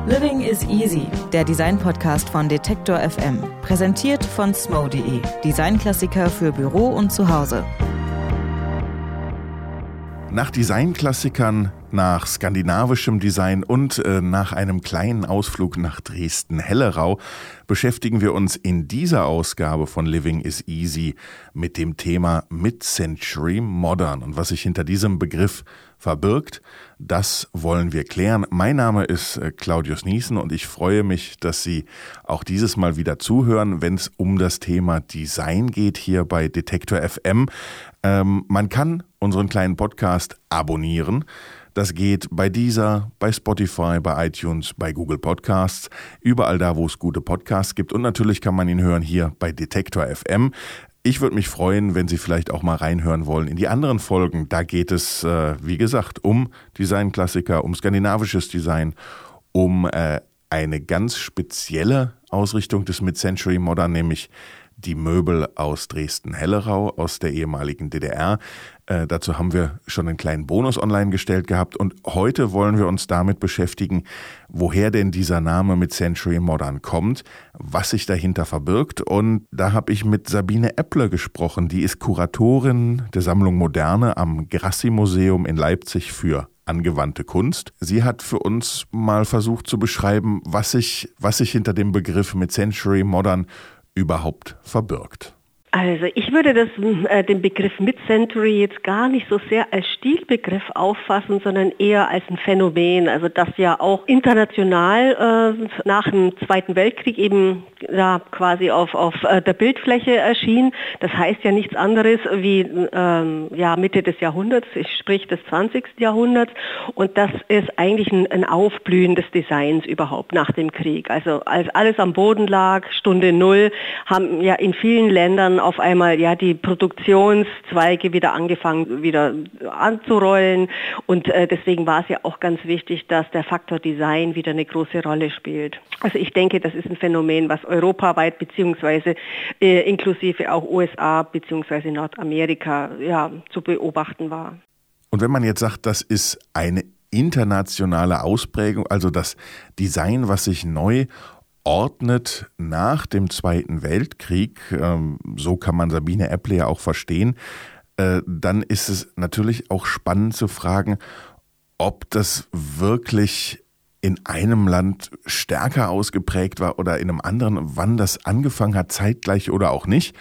Living is Easy, der Design-Podcast von Detektor FM. Präsentiert von smo.de, Designklassiker für Büro und Zuhause. Nach Designklassikern, nach skandinavischem Design und nach einem kleinen Ausflug nach Dresden-Hellerau beschäftigen wir uns in dieser Ausgabe von Living is Easy mit dem Thema Mid-Century Modern. Und was sich hinter diesem Begriff verbirgt, das wollen wir klären. Mein Name ist Claudius Niesen und ich freue mich, dass Sie auch dieses Mal wieder zuhören, wenn es um das Thema Design geht hier bei Detektor FM. Man kann unseren kleinen Podcast abonnieren. Das geht bei Deezer, bei Spotify, bei iTunes, bei Google Podcasts, überall da, wo es gute Podcasts gibt. Und natürlich kann man ihn hören hier bei Detektor FM. Ich würde mich freuen, wenn Sie vielleicht auch mal reinhören wollen in die anderen Folgen. Da geht es, wie gesagt, um Designklassiker, um skandinavisches Design, um eine ganz spezielle Ausrichtung des Mid-Century Modern, nämlich die Möbel aus Dresden-Hellerau, aus der ehemaligen DDR. Dazu haben wir schon einen kleinen Bonus online gestellt gehabt und heute wollen wir uns damit beschäftigen, woher denn dieser Name Mid-Century Modern kommt, was sich dahinter verbirgt. Und da habe ich mit Sabine Epple gesprochen, die ist Kuratorin der Sammlung Moderne am Grassi-Museum in Leipzig für angewandte Kunst. Sie hat für uns mal versucht zu beschreiben, was sich hinter dem Begriff Mid-Century Modern überhaupt verbirgt. Also ich würde den Begriff Mid-Century jetzt gar nicht so sehr als Stilbegriff auffassen, sondern eher als ein Phänomen, also das ja auch international nach dem Zweiten Weltkrieg eben quasi auf der Bildfläche erschien. Das heißt ja nichts anderes wie Mitte des Jahrhunderts, sprich des 20. Jahrhunderts, und das ist eigentlich ein Aufblühen des Designs überhaupt nach dem Krieg. Also als alles am Boden lag, Stunde Null, haben ja in vielen Ländern auf einmal die Produktionszweige wieder angefangen anzurollen, und deswegen war es ja auch ganz wichtig, dass der Faktor Design wieder eine große Rolle spielt. Also ich denke, das ist ein Phänomen, was europaweit beziehungsweise inklusive auch USA beziehungsweise Nordamerika zu beobachten war. Und wenn man jetzt sagt, das ist eine internationale Ausprägung, also das Design, was sich neu ordnet nach dem Zweiten Weltkrieg, so kann man Sabine Epple ja auch verstehen, dann ist es natürlich auch spannend zu fragen, ob das wirklich in einem Land stärker ausgeprägt war oder in einem anderen, wann das angefangen hat, zeitgleich oder auch nicht.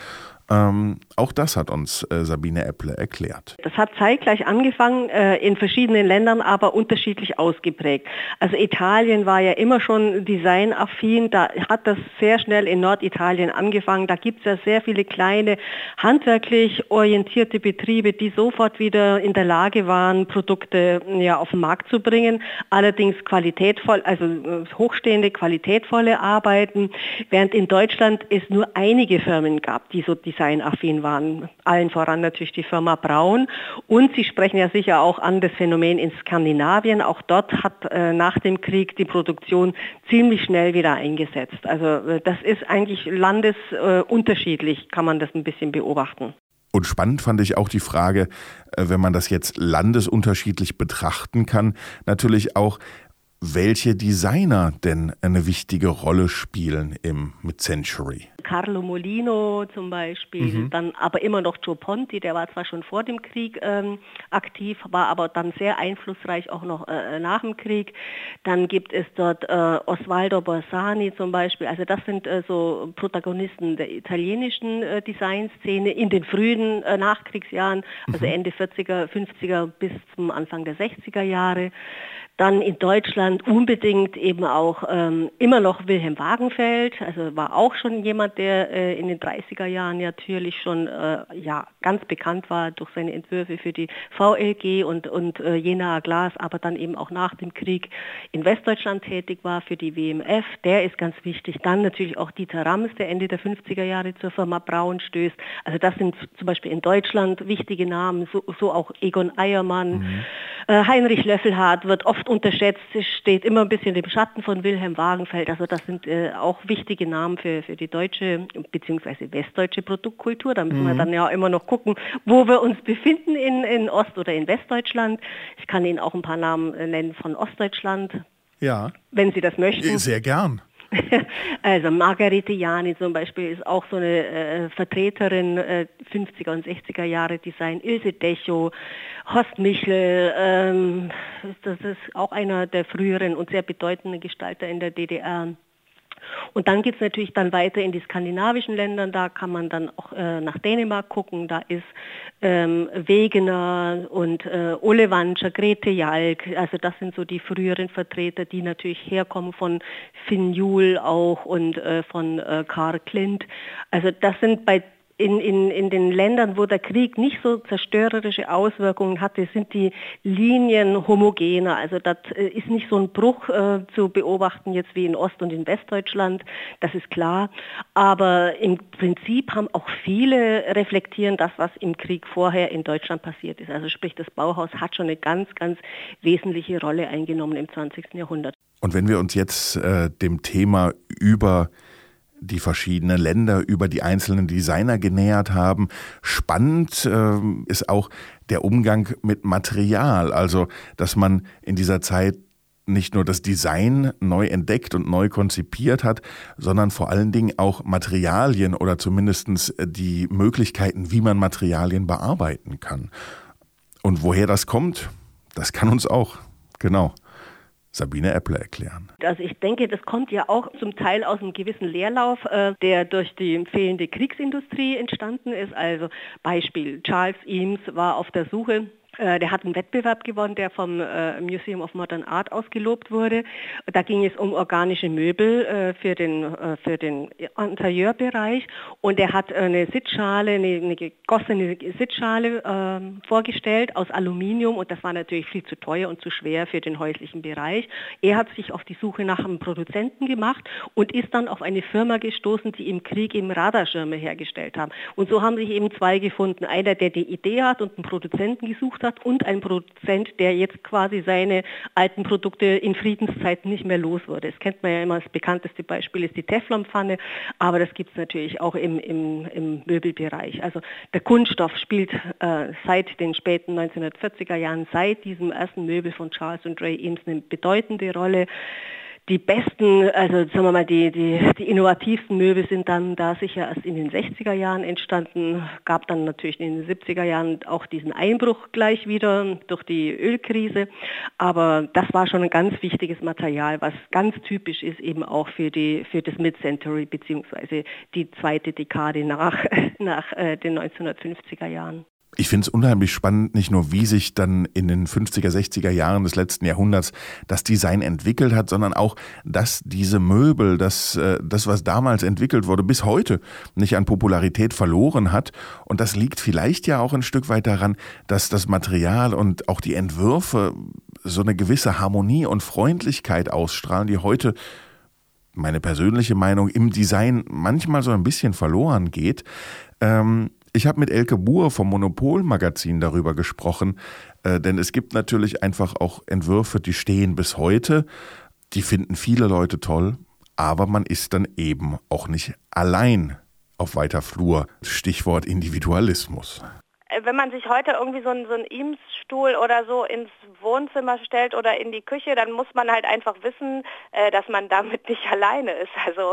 Auch das hat uns Sabine Epple erklärt. Das hat zeitgleich angefangen, in verschiedenen Ländern, aber unterschiedlich ausgeprägt. Also Italien war ja immer schon designaffin, da hat das sehr schnell in Norditalien angefangen. Da gibt es ja sehr viele kleine, handwerklich orientierte Betriebe, die sofort wieder in der Lage waren, Produkte auf den Markt zu bringen. Allerdings qualitätvoll, also hochstehende, qualitätvolle Arbeiten, während in Deutschland es nur einige Firmen gab, die so designaffin waren. Allen voran natürlich die Firma Braun. Und Sie sprechen ja sicher auch an das Phänomen in Skandinavien. Auch dort hat nach dem Krieg die Produktion ziemlich schnell wieder eingesetzt. Also das ist eigentlich landesunterschiedlich, kann man das ein bisschen beobachten. Und spannend fand ich auch die Frage, wenn man das jetzt landesunterschiedlich betrachten kann, natürlich auch, welche Designer denn eine wichtige Rolle spielen im Mid-Century. Carlo Molino zum Beispiel, dann aber immer noch Joe Ponti, der war zwar schon vor dem Krieg aktiv, war aber dann sehr einflussreich auch noch nach dem Krieg. Dann gibt es dort Osvaldo Borsani zum Beispiel, also das sind so Protagonisten der italienischen Designszene in den frühen Nachkriegsjahren, also Ende 40er, 50er bis zum Anfang der 60er Jahre. Dann in Deutschland unbedingt eben auch immer noch Wilhelm Wagenfeld, also war auch schon jemand, der in den 30er Jahren natürlich schon ganz bekannt war durch seine Entwürfe für die VLG und Jenaer Glas, aber dann eben auch nach dem Krieg in Westdeutschland tätig war für die WMF. Der ist ganz wichtig. Dann natürlich auch Dieter Rams, der Ende der 50er Jahre zur Firma Braun stößt. Also das sind zum Beispiel in Deutschland wichtige Namen, so auch Egon Eiermann. Heinrich Löffelhardt wird oft unterschätzt, steht immer ein bisschen im Schatten von Wilhelm Wagenfeld. Also das sind auch wichtige Namen für die deutsche bzw. westdeutsche Produktkultur. Da müssen wir dann ja immer noch gucken, wo wir uns befinden in Ost- oder in Westdeutschland. Ich kann Ihnen auch ein paar Namen nennen von Ostdeutschland. Ja. Wenn Sie das möchten. Sehr gern. Also Margarete Jani zum Beispiel ist auch so eine Vertreterin 50er und 60er Jahre Design. Ilse Dechow, Horst Michel, das ist auch einer der früheren und sehr bedeutenden Gestalter in der DDR. Und dann geht es natürlich dann weiter in die skandinavischen Ländern, da kann man dann auch nach Dänemark gucken, da ist Wegener und Ole Wanscher, Grete Jalk, also das sind so die früheren Vertreter, die natürlich herkommen von Finn Juhl auch und von Karl Klint. Also das sind in den Ländern, wo der Krieg nicht so zerstörerische Auswirkungen hatte, sind die Linien homogener. Also das ist nicht so ein Bruch zu beobachten jetzt wie in Ost- und in Westdeutschland, das ist klar. Aber im Prinzip haben auch viele reflektieren das, was im Krieg vorher in Deutschland passiert ist. Also sprich, das Bauhaus hat schon eine ganz, ganz wesentliche Rolle eingenommen im 20. Jahrhundert. Und wenn wir uns jetzt dem Thema über die verschiedenen Länder, über die einzelnen Designer genähert haben. Spannend ist auch der Umgang mit Material, also dass man in dieser Zeit nicht nur das Design neu entdeckt und neu konzipiert hat, sondern vor allen Dingen auch Materialien oder zumindest die Möglichkeiten, wie man Materialien bearbeiten kann. Und woher das kommt, das kann uns auch, genau, Sabine Epple erklären. Also ich denke, das kommt ja auch zum Teil aus einem gewissen Leerlauf, der durch die fehlende Kriegsindustrie entstanden ist. Also Beispiel, Charles Eames war auf der Suche. Der hat einen Wettbewerb gewonnen, der vom Museum of Modern Art ausgelobt wurde. Da ging es um organische Möbel für den Interieurbereich und er hat eine Sitzschale, eine gegossene Sitzschale vorgestellt aus Aluminium und das war natürlich viel zu teuer und zu schwer für den häuslichen Bereich. Er hat sich auf die Suche nach einem Produzenten gemacht und ist dann auf eine Firma gestoßen, die im Krieg eben Radarschirme hergestellt haben. Und so haben sich eben zwei gefunden. Einer, der die Idee hat und einen Produzenten gesucht hat und ein Produzent, der jetzt quasi seine alten Produkte in Friedenszeiten nicht mehr los wurde. Das kennt man ja immer, das bekannteste Beispiel ist die Teflonpfanne, aber das gibt es natürlich auch im Möbelbereich. Also der Kunststoff spielt seit den späten 1940er Jahren, seit diesem ersten Möbel von Charles und Ray Eames eine bedeutende Rolle. Die besten, also sagen wir mal, die innovativsten Möbel sind dann da sicher erst in den 60er Jahren entstanden, gab dann natürlich in den 70er Jahren auch diesen Einbruch gleich wieder durch die Ölkrise, aber das war schon ein ganz wichtiges Material, was ganz typisch ist eben auch für das Mid-Century beziehungsweise die zweite Dekade nach den 1950er Jahren. Ich finde es unheimlich spannend, nicht nur wie sich dann in den 50er, 60er Jahren des letzten Jahrhunderts das Design entwickelt hat, sondern auch, dass diese Möbel, das was damals entwickelt wurde, bis heute nicht an Popularität verloren hat. Und das liegt vielleicht ja auch ein Stück weit daran, dass das Material und auch die Entwürfe so eine gewisse Harmonie und Freundlichkeit ausstrahlen, die heute, meine persönliche Meinung, im Design manchmal so ein bisschen verloren geht. Ich habe mit Elke Buhr vom Monopol-Magazin darüber gesprochen, denn es gibt natürlich einfach auch Entwürfe, die stehen bis heute, die finden viele Leute toll, aber man ist dann eben auch nicht allein auf weiter Flur. Stichwort Individualismus. Wenn man sich heute irgendwie so einen Eames-Stuhl oder so ins Wohnzimmer stellt oder in die Küche, dann muss man halt einfach wissen, dass man damit nicht alleine ist. Also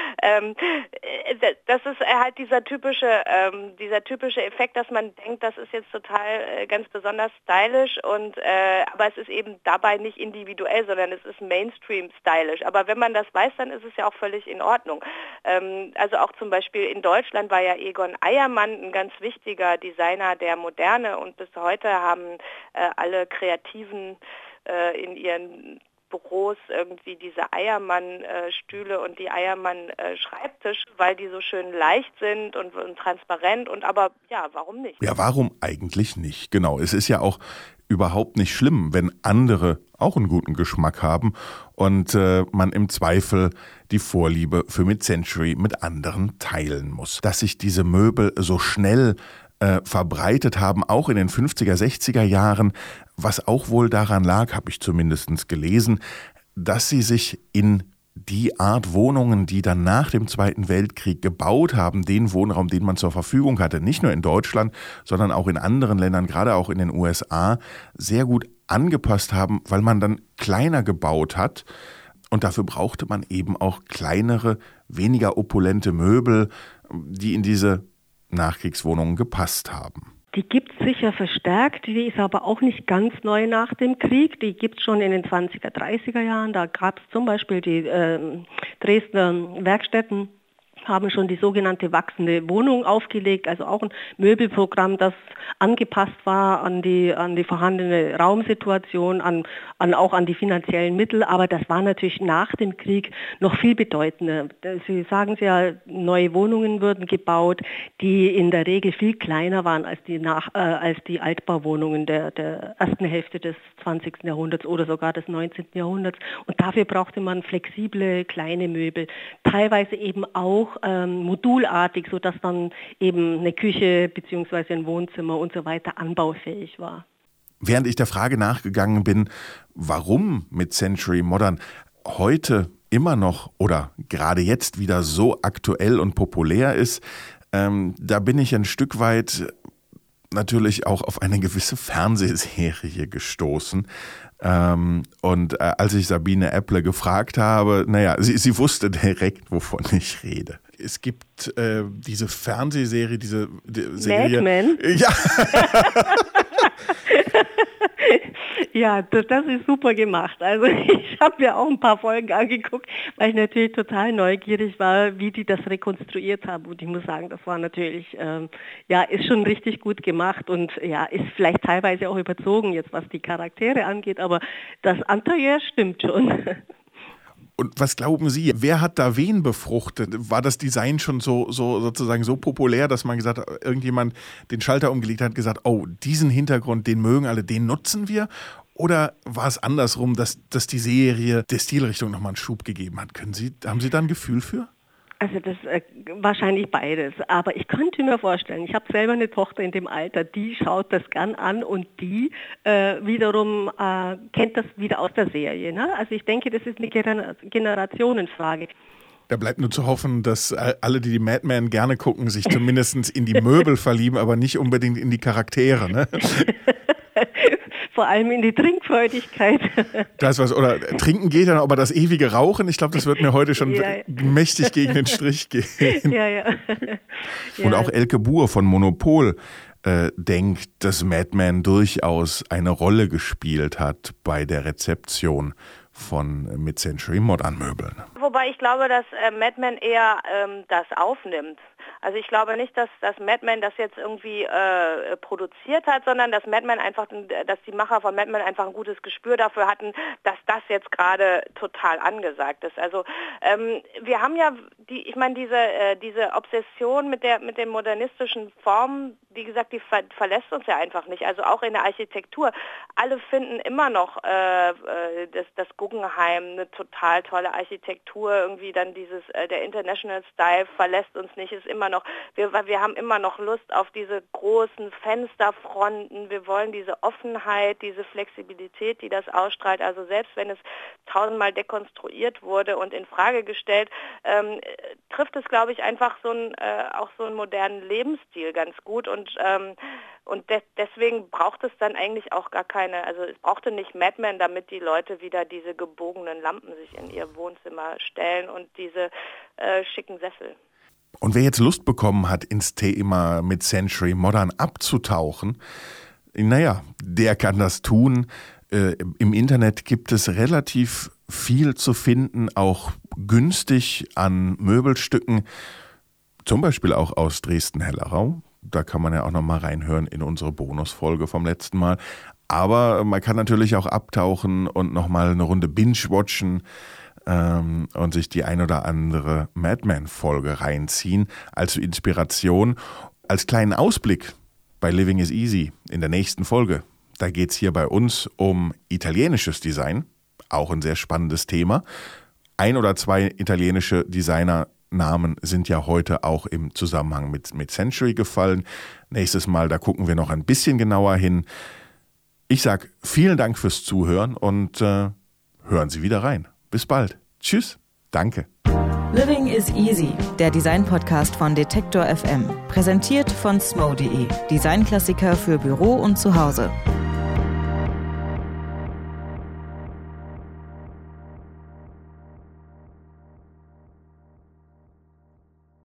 das ist halt dieser typische Effekt, dass man denkt, das ist jetzt total ganz besonders stylisch aber es ist eben dabei nicht individuell, sondern es ist Mainstream stylisch. Aber wenn man das weiß, dann ist es ja auch völlig in Ordnung. Also auch zum Beispiel in Deutschland war ja Egon Eiermann ein ganz wichtiger Designer der Moderne und bis heute haben alle Kreativen in ihren Büros irgendwie diese Eiermann-Stühle und die Eiermann-Schreibtisch, weil die so schön leicht sind und transparent aber ja, warum nicht? Ja, warum eigentlich nicht? Genau, es ist ja auch überhaupt nicht schlimm, wenn andere auch einen guten Geschmack haben und man im Zweifel die Vorliebe für Mid-Century mit anderen teilen muss. Dass sich diese Möbel so schnell verbreitet haben, auch in den 50er, 60er Jahren, was auch wohl daran lag, habe ich zumindest gelesen, dass sie sich in die Art Wohnungen, die dann nach dem Zweiten Weltkrieg gebaut haben, den Wohnraum, den man zur Verfügung hatte, nicht nur in Deutschland, sondern auch in anderen Ländern, gerade auch in den USA, sehr gut angepasst haben, weil man dann kleiner gebaut hat. Und dafür brauchte man eben auch kleinere, weniger opulente Möbel, die in diese Nachkriegswohnungen gepasst haben. Die gibt es sicher verstärkt, die ist aber auch nicht ganz neu nach dem Krieg. Die gibt es schon in den 20er, 30er Jahren. Da gab es zum Beispiel die Dresdner Werkstätten, haben schon die sogenannte wachsende Wohnung aufgelegt, also auch ein Möbelprogramm, das angepasst war an die vorhandene Raumsituation, auch an die finanziellen Mittel, aber das war natürlich nach dem Krieg noch viel bedeutender. Sie sagen es ja, neue Wohnungen wurden gebaut, die in der Regel viel kleiner waren als die Altbauwohnungen der ersten Hälfte des 20. Jahrhunderts oder sogar des 19. Jahrhunderts. Und dafür brauchte man flexible, kleine Möbel, teilweise eben auch modulartig, sodass dann eben eine Küche bzw. ein Wohnzimmer und so weiter anbaufähig war. Während ich der Frage nachgegangen bin, warum Mid-Century Modern heute immer noch oder gerade jetzt wieder so aktuell und populär ist, da bin ich ein Stück weit natürlich auch auf eine gewisse Fernsehserie gestoßen. Und als ich Sabine Epple gefragt habe, sie wusste direkt, wovon ich rede. Es gibt diese Fernsehserie, diese Serie. Mad Men? Ja. Ja, das ist super gemacht. Also ich habe mir auch ein paar Folgen angeguckt, weil ich natürlich total neugierig war, wie die das rekonstruiert haben. Und ich muss sagen, das war natürlich, ist schon richtig gut gemacht und ist vielleicht teilweise auch überzogen jetzt, was die Charaktere angeht, aber das Interieur stimmt schon. Und was glauben Sie, wer hat da wen befruchtet? War das Design schon so sozusagen so populär, dass man gesagt hat, irgendjemand den Schalter umgelegt hat, gesagt, oh, diesen Hintergrund, den mögen alle, den nutzen wir? Oder war es andersrum, dass die Serie der Stilrichtung nochmal einen Schub gegeben hat? Haben Sie da ein Gefühl für? Also das wahrscheinlich beides. Aber ich könnte mir vorstellen, ich habe selber eine Tochter in dem Alter, die schaut das gern an und die wiederum kennt das wieder aus der Serie. Ne? Also ich denke, das ist eine Generationenfrage. Da bleibt nur zu hoffen, dass alle, die Mad Men gerne gucken, sich zumindest in die Möbel verlieben, aber nicht unbedingt in die Charaktere. Ne? Vor allem in die Trinkfreudigkeit. Das was, oder trinken geht dann, aber das ewige Rauchen, ich glaube, das wird mir heute schon mächtig gegen den Strich gehen. Ja. Und auch Elke Buhr von Monopol denkt, dass Mad Men durchaus eine Rolle gespielt hat bei der Rezeption von Mid-Century Modern Möbeln. Wobei ich glaube, dass Mad Men eher das aufnimmt. Also ich glaube nicht, dass Mad Men das jetzt irgendwie produziert hat, sondern dass die Macher von Mad Men einfach ein gutes Gespür dafür hatten, dass das jetzt gerade total angesagt ist. Also wir haben ja diese Obsession mit den modernistischen Formen, wie gesagt, die verlässt uns ja einfach nicht. Also auch in der Architektur. Alle finden immer noch das Guggenheim eine total tolle Architektur. Irgendwie dann der International Style verlässt uns nicht, ist immer noch, wir haben immer noch Lust auf diese großen Fensterfronten, wir wollen diese Offenheit, diese Flexibilität, die das ausstrahlt, also selbst wenn es 1000-mal dekonstruiert wurde und in Frage gestellt, trifft es, glaube ich, einfach auch so einen modernen Lebensstil ganz gut und deswegen braucht es dann eigentlich auch gar keine, also es brauchte nicht Mad Men, damit die Leute wieder diese gebogenen Lampen sich in ihr Wohnzimmer stellen und diese schicken Sessel. Und wer jetzt Lust bekommen hat, ins Thema Mid-Century Modern abzutauchen, der kann das tun. Im Internet gibt es relativ viel zu finden, auch günstig an Möbelstücken, zum Beispiel auch aus Dresden-Hellerau. Da kann man ja auch noch mal reinhören in unsere Bonusfolge vom letzten Mal. Aber man kann natürlich auch abtauchen und noch mal eine Runde binge-watchen und sich die ein oder andere Mad Men-Folge reinziehen als Inspiration. Als kleinen Ausblick bei Living is Easy in der nächsten Folge. Da geht es hier bei uns um italienisches Design, auch ein sehr spannendes Thema. 1 oder 2 italienische Designernamen sind ja heute auch im Zusammenhang mit Mid-Century gefallen. Nächstes Mal, da gucken wir noch ein bisschen genauer hin. Ich sage vielen Dank fürs Zuhören und hören Sie wieder rein. Bis bald. Tschüss. Danke. Living is Easy, der Design-Podcast von Detektor FM. Präsentiert von smo.de, Designklassiker für Büro und Zuhause.